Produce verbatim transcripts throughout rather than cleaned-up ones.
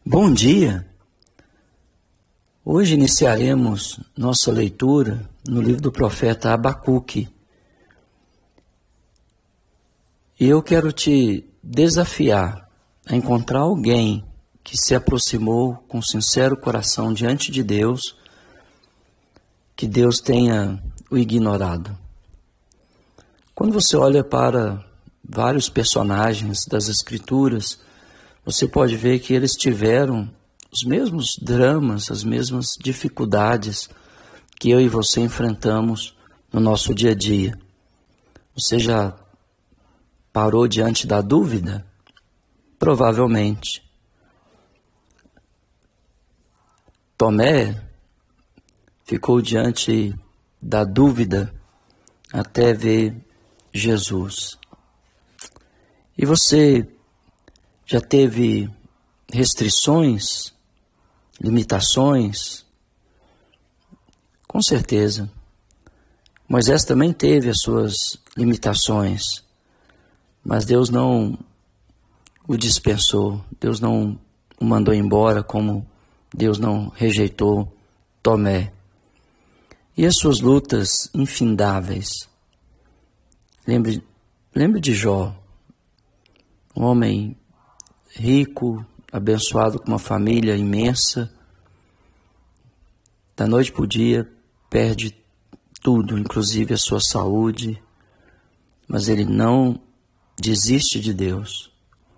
Bom dia! Hoje iniciaremos nossa leitura no livro do profeta Abacuque. E eu quero te desafiar a encontrar alguém que se aproximou com sincero coração diante de Deus, que Deus tenha o ignorado. Quando você olha para vários personagens das Escrituras, você pode ver que eles tiveram os mesmos dramas, as mesmas dificuldades que eu e você enfrentamos no nosso dia a dia. Você já parou diante da dúvida? Provavelmente. Tomé ficou diante da dúvida até ver Jesus. E você já teve restrições, limitações? Com certeza. Moisés também teve as suas limitações, mas Deus não o dispensou, Deus não o mandou embora, como Deus não rejeitou Tomé. E as suas lutas infindáveis? Lembre, lembre de Jó, um homem rico, abençoado com uma família imensa. Da noite para o dia, perde tudo, inclusive a sua saúde. Mas ele não desiste de Deus.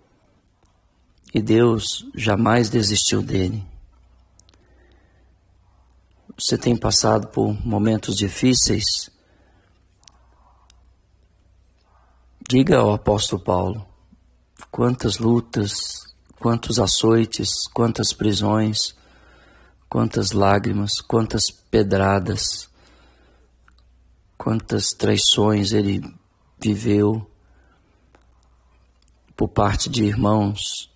E Deus jamais desistiu dele. Você tem passado por momentos difíceis? Diga ao apóstolo Paulo: quantas lutas, quantos açoites, quantas prisões, quantas lágrimas, quantas pedradas, quantas traições ele viveu por parte de irmãos.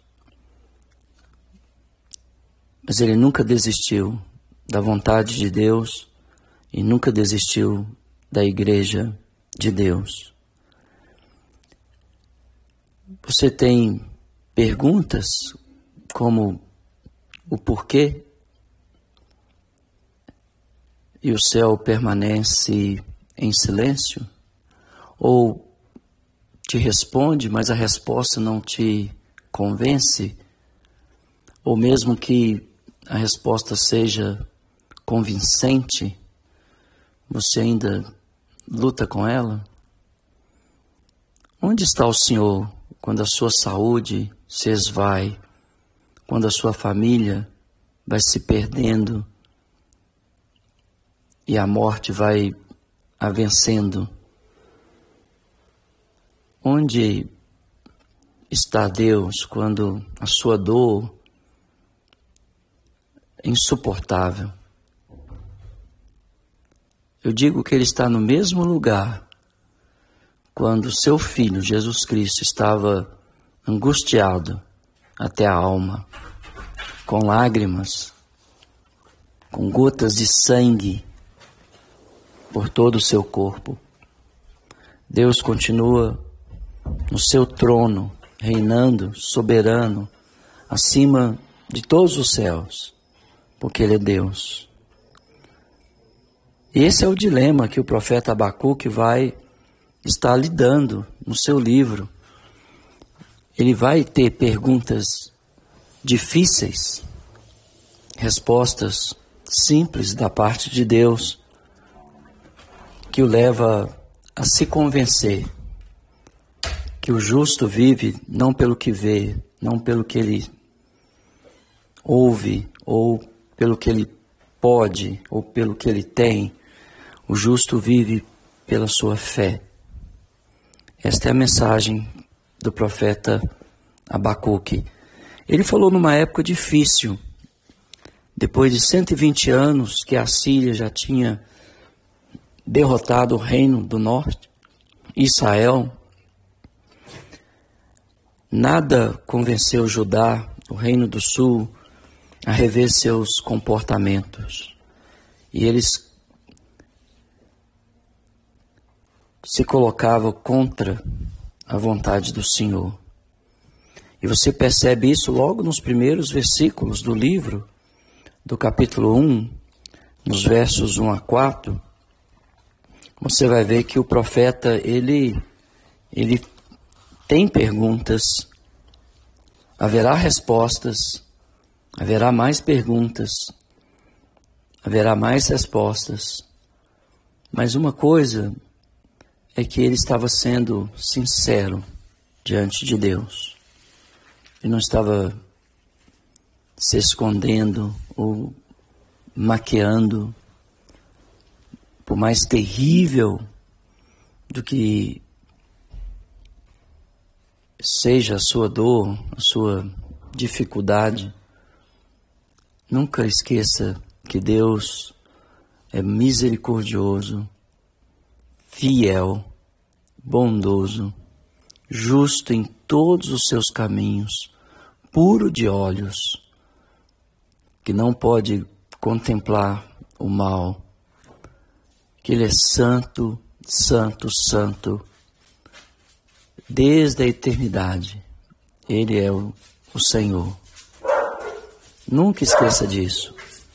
Mas ele nunca desistiu da vontade de Deus e nunca desistiu da igreja de Deus. Você tem perguntas como o porquê? E o céu permanece em silêncio? Ou te responde, mas a resposta não te convence? Ou mesmo que a resposta seja convincente, você ainda luta com ela? Onde está o Senhor quando a sua saúde se esvai, quando a sua família vai se perdendo e a morte vai a vencendo? Onde está Deus quando a sua dor é insuportável? Eu digo que Ele está no mesmo lugar quando seu Filho, Jesus Cristo, estava angustiado até a alma, com lágrimas, com gotas de sangue por todo o seu corpo. Deus continua no seu trono, reinando, soberano, acima de todos os céus, porque Ele é Deus. E esse é o dilema que o profeta Abacuque vai estar lidando no seu livro. Ele vai ter perguntas difíceis, respostas simples da parte de Deus, que o leva a se convencer que o justo vive não pelo que vê, não pelo que ele ouve, ou pelo que ele pode, ou pelo que ele tem. O justo vive pela sua fé. Esta é a mensagem do profeta Abacuque. Ele falou numa época difícil, depois de cento e vinte anos que a Síria já tinha derrotado o reino do norte, Israel. Nada convenceu Judá, o reino do sul, a rever seus comportamentos. E eles se colocavam contra a vontade do Senhor. E você percebe isso logo nos primeiros versículos do livro, do capítulo um, nos versos um a quatro. Você vai ver que o profeta, ele, ele tem perguntas, haverá respostas, haverá mais perguntas, haverá mais respostas. Mas uma coisa é que ele estava sendo sincero diante de Deus. Ele não estava se escondendo ou maquiando. Por mais terrível do que seja a sua dor, a sua dificuldade, nunca esqueça que Deus é misericordioso, fiel, bondoso, justo em todos os seus caminhos, puro de olhos, que não pode contemplar o mal, que Ele é santo, santo, santo, desde a eternidade. Ele é o, o Senhor. Nunca esqueça disso.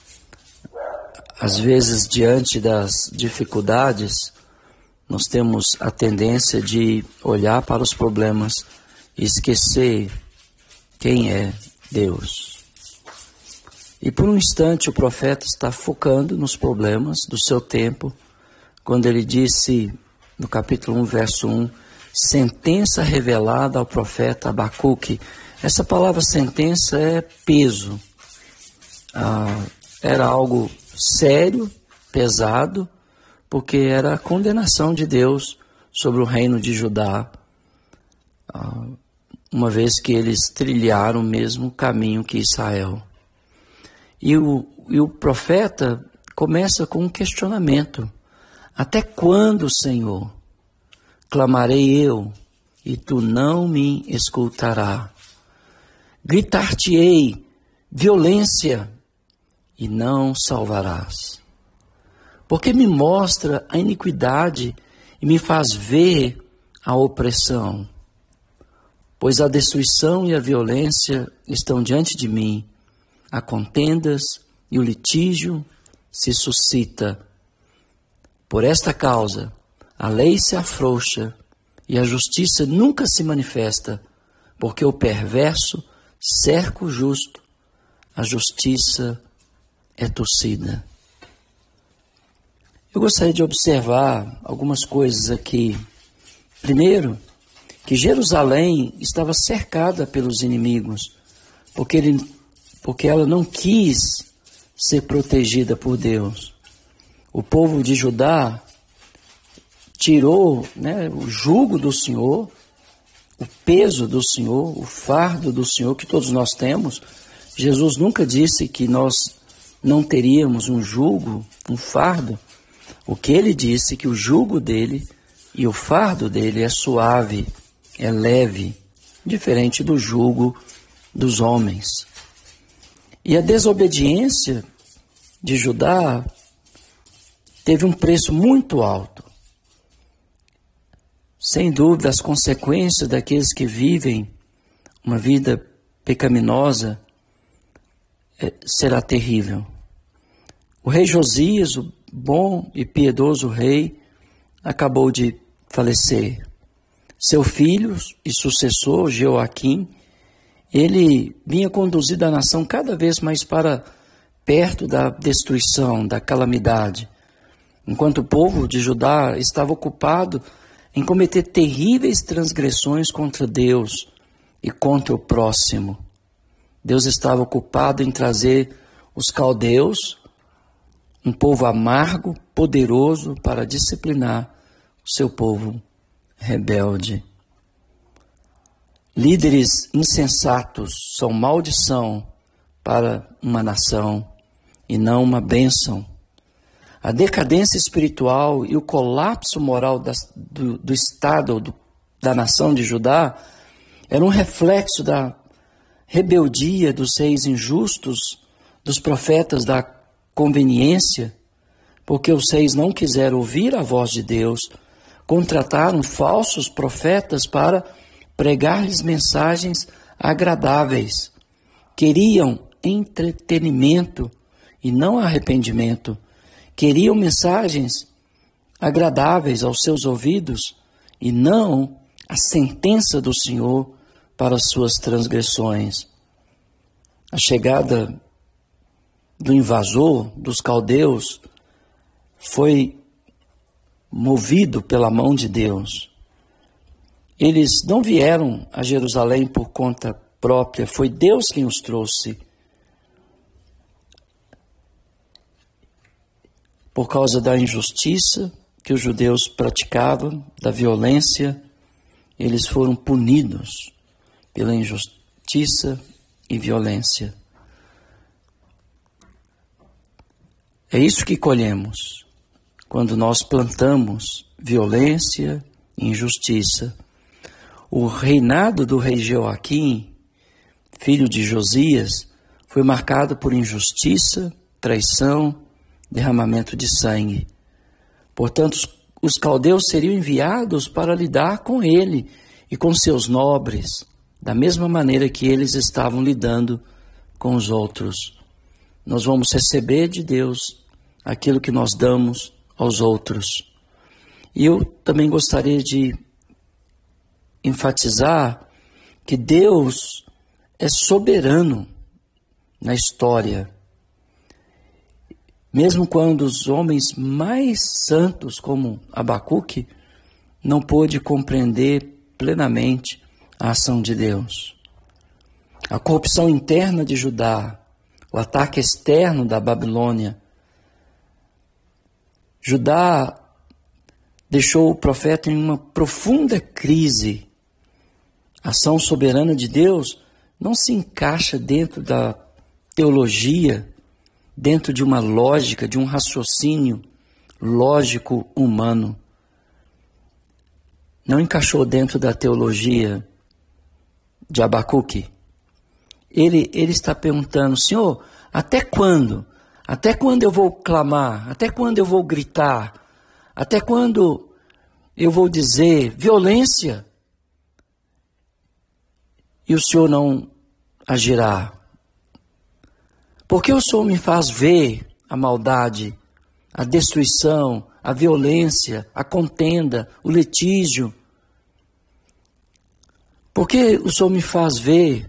Às vezes, diante das dificuldades, nós temos a tendência de olhar para os problemas e esquecer quem é Deus. E por um instante o profeta está focando nos problemas do seu tempo, quando ele disse, no capítulo um, verso um, sentença revelada ao profeta Abacuque. Essa palavra sentença é peso. Ah, era algo sério, pesado, porque era a condenação de Deus sobre o reino de Judá, ah, uma vez que eles trilharam o mesmo caminho que Israel. E o, e o profeta começa com um questionamento. Até quando, Senhor, clamarei eu, e tu não me escutarás? Gritar-te-ei violência, e não salvarás. Porque me mostra a iniquidade e me faz ver a opressão. Pois a destruição e a violência estão diante de mim, há contendas e o litígio se suscita. Por esta causa, a lei se afrouxa e a justiça nunca se manifesta, porque o perverso cerca o justo, a justiça é torcida. Eu gostaria de observar algumas coisas aqui. Primeiro, que Jerusalém estava cercada pelos inimigos, porque, ele, porque ela não quis ser protegida por Deus. O povo de Judá tirou, né, o jugo do Senhor, o peso do Senhor, o fardo do Senhor que todos nós temos. Jesus nunca disse que nós não teríamos um jugo, um fardo. O que ele disse que o jugo dele e o fardo dele é suave, é leve, diferente do jugo dos homens. E a desobediência de Judá teve um preço muito alto. Sem dúvida, as consequências daqueles que vivem uma vida pecaminosa é, será terrível. O rei Josias, o bom e piedoso rei, acabou de falecer. Seu filho e sucessor, Jeoaquim, ele vinha conduzindo a nação cada vez mais para perto da destruição, da calamidade, enquanto o povo de Judá estava ocupado em cometer terríveis transgressões contra Deus e contra o próximo. Deus estava ocupado em trazer os caldeus, um povo amargo, poderoso para disciplinar o seu povo rebelde. Líderes insensatos são maldição para uma nação e não uma bênção. A decadência espiritual e o colapso moral das, do, do Estado, do, da nação de Judá, era um reflexo da rebeldia dos reis injustos, dos profetas da conveniência, porque os reis não quiseram ouvir a voz de Deus, contrataram falsos profetas para pregar-lhes mensagens agradáveis. Queriam entretenimento e não arrependimento. Queriam mensagens agradáveis aos seus ouvidos e não a sentença do Senhor para as suas transgressões. A chegada do invasor, dos caldeus, foi movido pela mão de Deus. Eles não vieram a Jerusalém por conta própria, foi Deus quem os trouxe. Por causa da injustiça que os judeus praticavam, da violência, eles foram punidos pela injustiça e violência. É isso que colhemos quando nós plantamos violência e injustiça. O reinado do rei Jeoaquim, filho de Josias, foi marcado por injustiça, traição, derramamento de sangue. Portanto, os caldeus seriam enviados para lidar com ele e com seus nobres, da mesma maneira que eles estavam lidando com os outros. Nós vamos receber de Deus aquilo que nós damos aos outros. E eu também gostaria de enfatizar que Deus é soberano na história. Mesmo quando os homens mais santos, como Abacuque, não pôde compreender plenamente a ação de Deus. A corrupção interna de Judá, o ataque externo da Babilônia. Judá deixou o profeta em uma profunda crise. A ação soberana de Deus não se encaixa dentro da teologia, dentro de uma lógica, de um raciocínio lógico humano. Não encaixou dentro da teologia de Abacuque. Ele, ele está perguntando, Senhor, até quando? Até quando eu vou clamar? Até quando eu vou gritar? Até quando eu vou dizer violência? E o Senhor não agirá? Porque o Senhor me faz ver a maldade, a destruição, a violência, a contenda, o litígio? Porque o Senhor me faz ver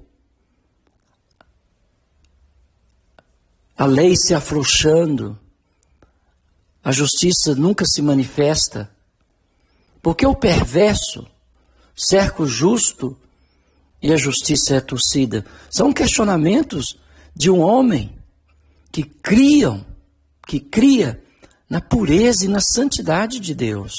a lei se afrouxando, a justiça nunca se manifesta? Porque o perverso cerca o justo e a justiça é torcida? São questionamentos de um homem que criam, que cria na pureza e na santidade de Deus.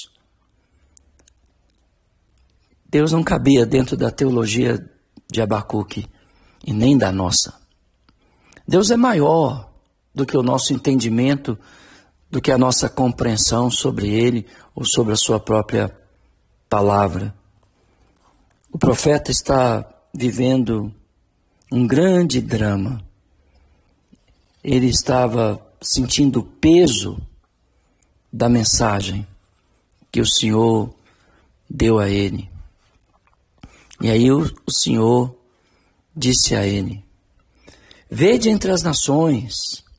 Deus não cabia dentro da teologia de Abacuque e nem da nossa. Deus é maior do que o nosso entendimento, do que a nossa compreensão sobre Ele ou sobre a sua própria palavra. O profeta está vivendo um grande drama. Ele estava sentindo o peso da mensagem que o Senhor deu a ele. E aí o, o Senhor disse a ele: vede entre as nações,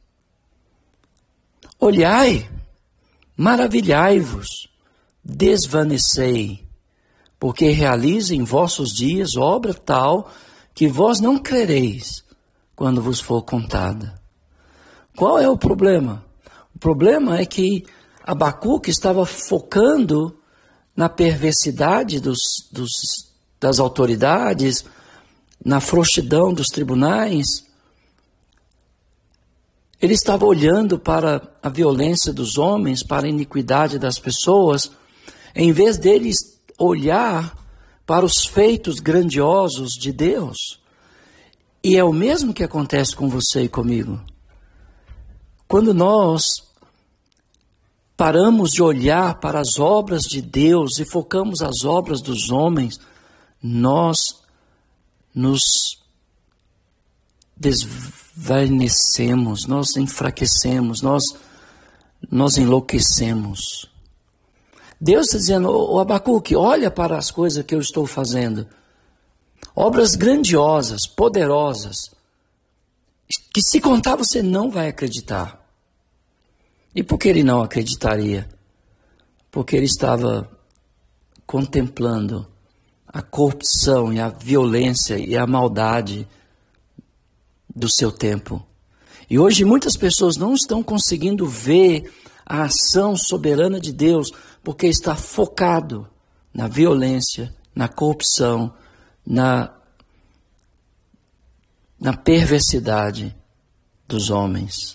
olhai, maravilhai-vos, desvanecei, porque realize em vossos dias obra tal que vós não crereis quando vos for contada. Qual é o problema? O problema é que Abacuque estava focando na perversidade dos, dos, das autoridades, na frouxidão dos tribunais. Ele estava olhando para a violência dos homens, para a iniquidade das pessoas, em vez dele olhar para os feitos grandiosos de Deus. E é o mesmo que acontece com você e comigo. Quando nós paramos de olhar para as obras de Deus e focamos as obras dos homens, nós nos desvanecemos, nós enfraquecemos, nós, nós enlouquecemos. Deus está dizendo, ô Abacuque, olha para as coisas que eu estou fazendo. obras grandiosas, poderosas, que se contar você não vai acreditar. E por que ele não acreditaria? Porque ele estava contemplando a corrupção e a violência e a maldade do seu tempo. E hoje muitas pessoas não estão conseguindo ver a ação soberana de Deus, porque está focado na violência, na corrupção, na, na perversidade dos homens.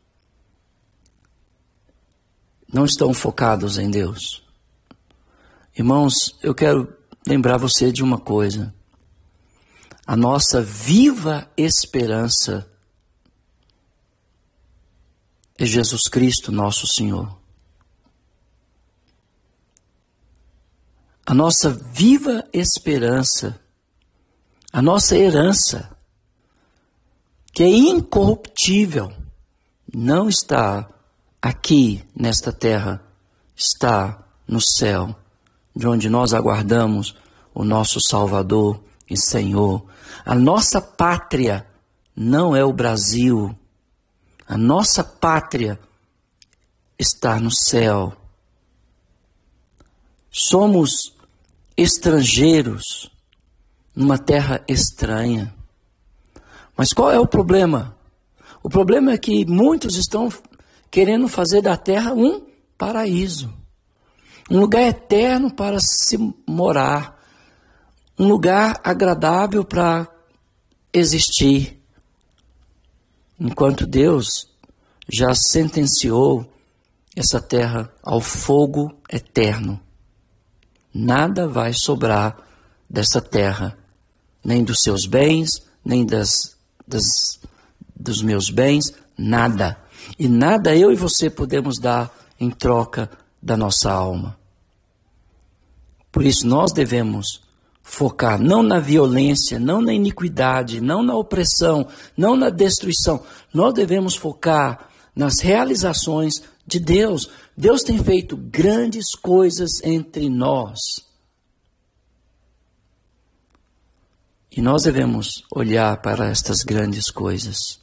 Não estão focados em Deus. Irmãos, eu quero lembrar você de uma coisa. A nossa viva esperança é Jesus Cristo, nosso Senhor. A nossa viva esperança, a nossa herança, que é incorruptível, não está aqui nesta terra, está no céu, de onde nós aguardamos o nosso Salvador e Senhor. A nossa pátria não é o Brasil. A nossa pátria está no céu. Somos estrangeiros numa terra estranha. Mas qual é o problema? O problema é que muitos estão querendo fazer da terra um paraíso. Um lugar eterno para se morar. Um lugar agradável para existir. Enquanto Deus já sentenciou essa terra ao fogo eterno. Nada vai sobrar dessa terra, nem dos seus bens, nem das, das, dos meus bens, nada. E nada eu e você podemos dar em troca da nossa alma. Por isso nós devemos focar não na violência, não na iniquidade, não na opressão, não na destruição. Nós devemos focar nas realizações de Deus. Deus tem feito grandes coisas entre nós. E nós devemos olhar para estas grandes coisas.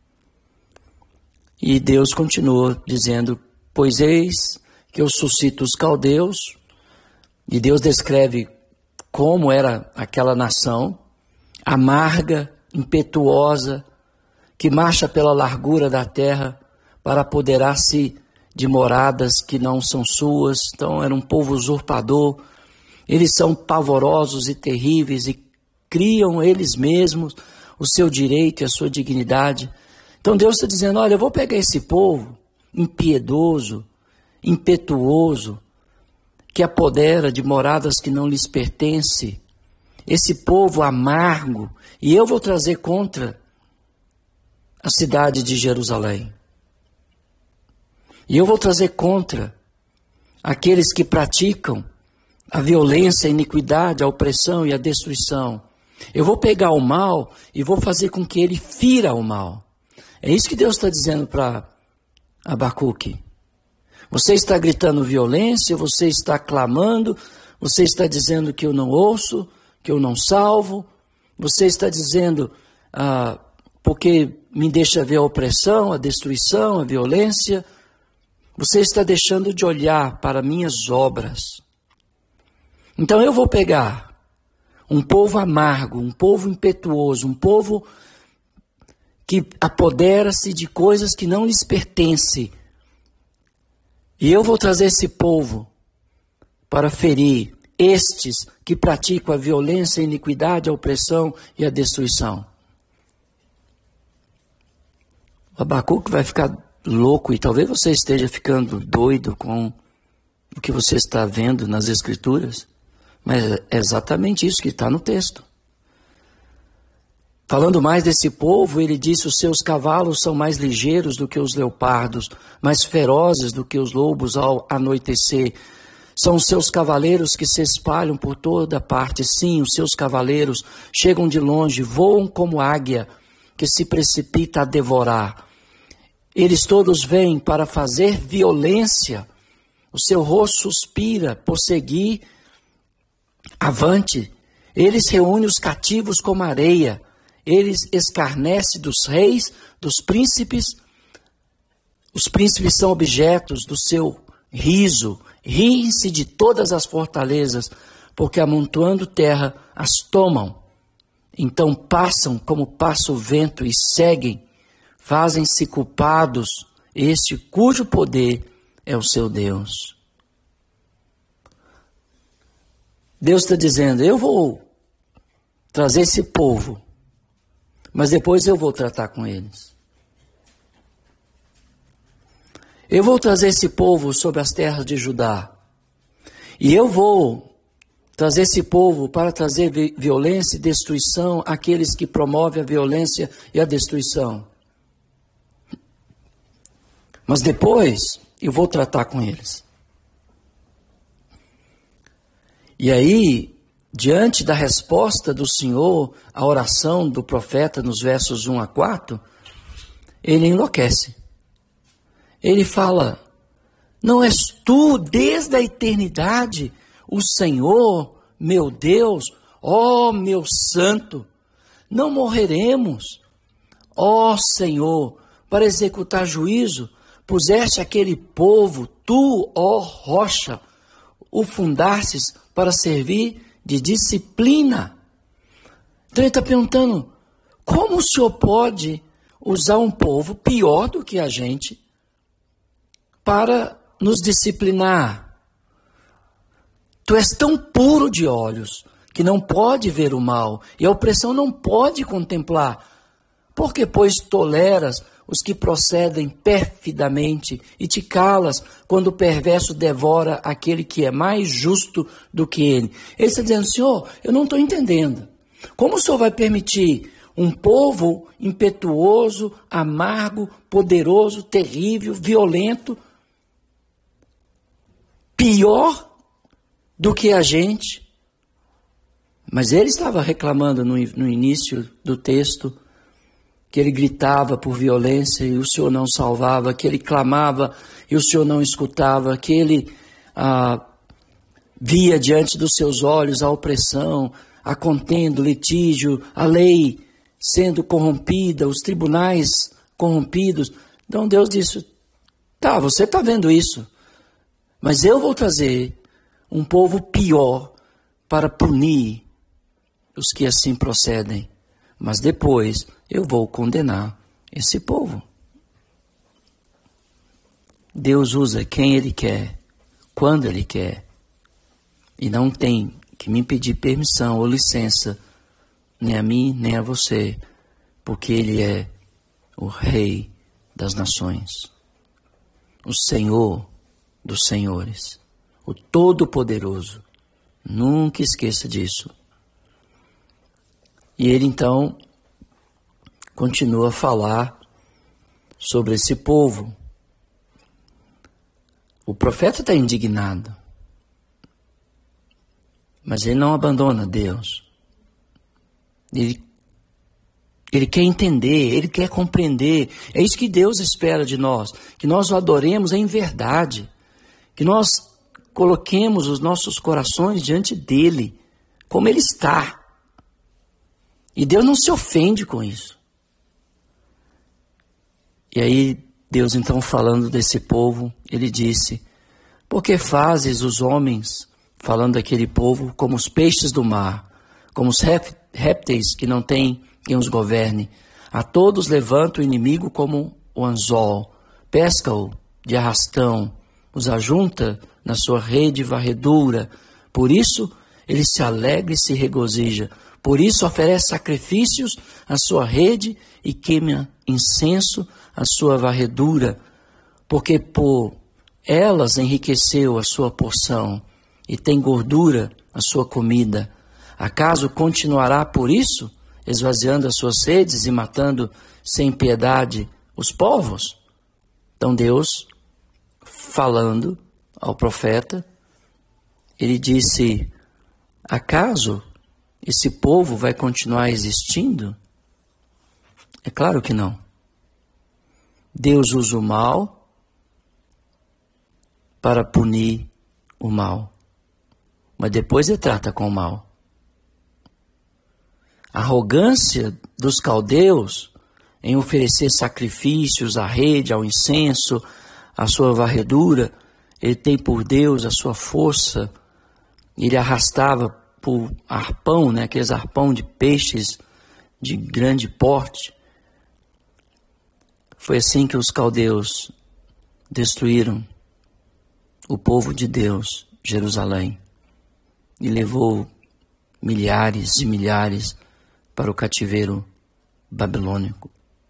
E Deus continua dizendo, pois eis que eu suscito os caldeus, e Deus descreve como era aquela nação, amarga, impetuosa, que marcha pela largura da terra para apoderar-se de moradas que não são suas. Então era um povo usurpador. Eles são pavorosos e terríveis e criam eles mesmos o seu direito e a sua dignidade. Então Deus está dizendo, olha, eu vou pegar esse povo impiedoso, impetuoso, que apodera de moradas que não lhes pertencem, esse povo amargo, e eu vou trazer contra a cidade de Jerusalém. E eu vou trazer contra aqueles que praticam a violência, a iniquidade, a opressão e a destruição. Eu vou pegar o mal e vou fazer com que ele fira o mal. É isso que Deus está dizendo para Abacuque. Você está gritando violência, você está clamando, você está dizendo que eu não ouço, que eu não salvo, você está dizendo ah, porque me deixa ver a opressão, a destruição, a violência. Você está deixando de olhar para minhas obras. Então eu vou pegar um povo amargo, um povo impetuoso, um povo que apodera-se de coisas que não lhes pertencem. E eu vou trazer esse povo para ferir estes que praticam a violência, a iniquidade, a opressão e a destruição. O Abacuque vai ficar louco e talvez você esteja ficando doido com o que você está vendo nas Escrituras, mas é exatamente isso que está no texto. Falando mais desse povo, ele disse, os seus cavalos são mais ligeiros do que os leopardos, mais ferozes do que os lobos ao anoitecer. São os seus cavaleiros que se espalham por toda parte. Sim, os seus cavaleiros chegam de longe, voam como águia que se precipita a devorar. Eles todos vêm para fazer violência. O seu rosto suspira por seguir avante. Ele reúne os cativos como areia. Ele escarnece dos reis, dos príncipes. Os príncipes são objetos do seu riso. Riem-se de todas as fortalezas, porque amontoando terra as tomam. Então passam como passa o vento e seguem. Fazem-se culpados, este cujo poder é o seu Deus. Deus está dizendo, eu vou trazer esse povo, mas depois eu vou tratar com eles. Eu vou trazer esse povo sobre as terras de Judá. E eu vou trazer esse povo para trazer violência e destruição àqueles que promovem a violência e a destruição. Mas depois eu vou tratar com eles. E aí, diante da resposta do Senhor à oração do profeta nos versos um a quatro, ele enlouquece. Ele fala, não és tu desde a eternidade o Senhor, meu Deus, ó meu santo, não morreremos, ó Senhor, para executar juízo, puseste aquele povo, tu, ó rocha, o fundastes para servir de disciplina. Então ele está perguntando, como o Senhor pode usar um povo pior do que a gente para nos disciplinar? Tu és tão puro de olhos que não pode ver o mal e a opressão não pode contemplar. Por que, pois, toleras os que procedem perfidamente e te calas quando o perverso devora aquele que é mais justo do que ele? Ele está dizendo, Senhor, eu não estou entendendo. Como o Senhor vai permitir um povo impetuoso, amargo, poderoso, terrível, violento, pior do que a gente? Mas ele estava reclamando no, no início do texto, que ele gritava por violência e o Senhor não salvava, que ele clamava e o Senhor não escutava, que ele ah, via diante dos seus olhos a opressão, a contenda, o litígio, a lei sendo corrompida, os tribunais corrompidos. Então Deus disse, tá, você está vendo isso, mas eu vou trazer um povo pior para punir os que assim procedem. Mas depois eu vou condenar esse povo. Deus usa quem Ele quer, quando Ele quer. E não tem que me pedir permissão ou licença, nem a mim, nem a você, porque Ele é o Rei das nações, o Senhor dos senhores, o Todo-Poderoso. Nunca esqueça disso. E ele então continua a falar sobre esse povo. O profeta está indignado, mas ele não abandona Deus. Ele, ele quer entender, ele quer compreender. É isso que Deus espera de nós, que nós o adoremos em verdade, que nós coloquemos os nossos corações diante dele, como ele está. E Deus não se ofende com isso. E aí, Deus então falando desse povo, ele disse, por que fazes os homens, falando daquele povo, como os peixes do mar, como os répteis que não têm quem os governe? A todos levanta o inimigo como o anzol, pesca-o de arrastão, os ajunta na sua rede varredura. Por isso, ele se alegra e se regozija. Por isso oferece sacrifícios à sua rede e queima incenso à sua varredura, porque por elas enriqueceu a sua porção e tem gordura a sua comida. Acaso continuará por isso, esvaziando as suas redes e matando sem piedade os povos? Então Deus, falando ao profeta, ele disse, acaso esse povo vai continuar existindo? É claro que não. Deus usa o mal para punir o mal, mas depois ele trata com o mal. A arrogância dos caldeus em oferecer sacrifícios à rede, ao incenso, à sua varredura, ele tem por Deus a sua força, ele arrastava por arpão, né, aqueles arpão de peixes de grande porte. Foi assim que os caldeus destruíram o povo de Deus, Jerusalém, e levou milhares e milhares para o cativeiro babilônico.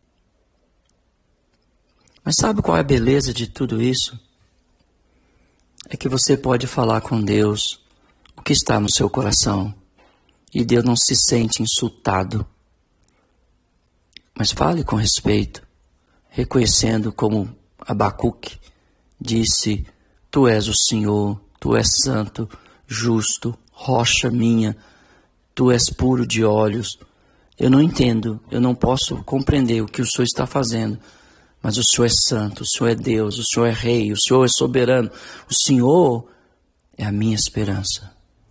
Mas sabe qual é a beleza de tudo isso? É que você pode falar com Deus o que está no seu coração e Deus não se sente insultado. Mas fale com respeito, reconhecendo como Abacuque disse: Tu és o Senhor, Tu és santo, justo, rocha minha, Tu és puro de olhos. Eu não entendo, eu não posso compreender o que o Senhor está fazendo, mas o Senhor é santo, o Senhor é Deus, o Senhor é rei, o Senhor é soberano, o Senhor é a minha esperança.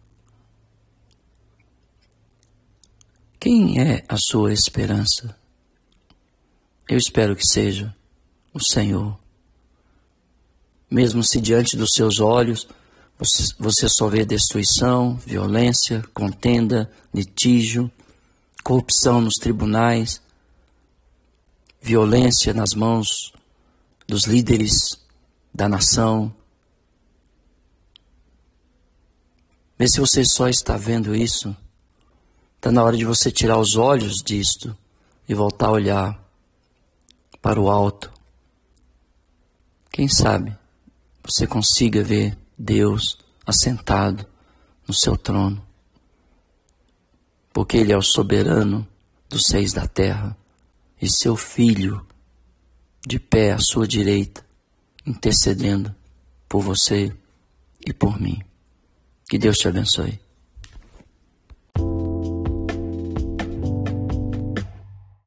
Quem é a sua esperança? Eu espero que seja o Senhor. Mesmo se diante dos seus olhos você, você só vê destruição, violência, contenda, litígio, corrupção nos tribunais, violência nas mãos dos líderes da nação. Vê se você só está vendo isso. Está na hora de você tirar os olhos disto e voltar a olhar para o alto. Quem sabe você consiga ver Deus assentado no seu trono, porque Ele é o soberano dos seis da terra, e seu Filho de pé à sua direita, intercedendo por você e por mim. Que Deus te abençoe.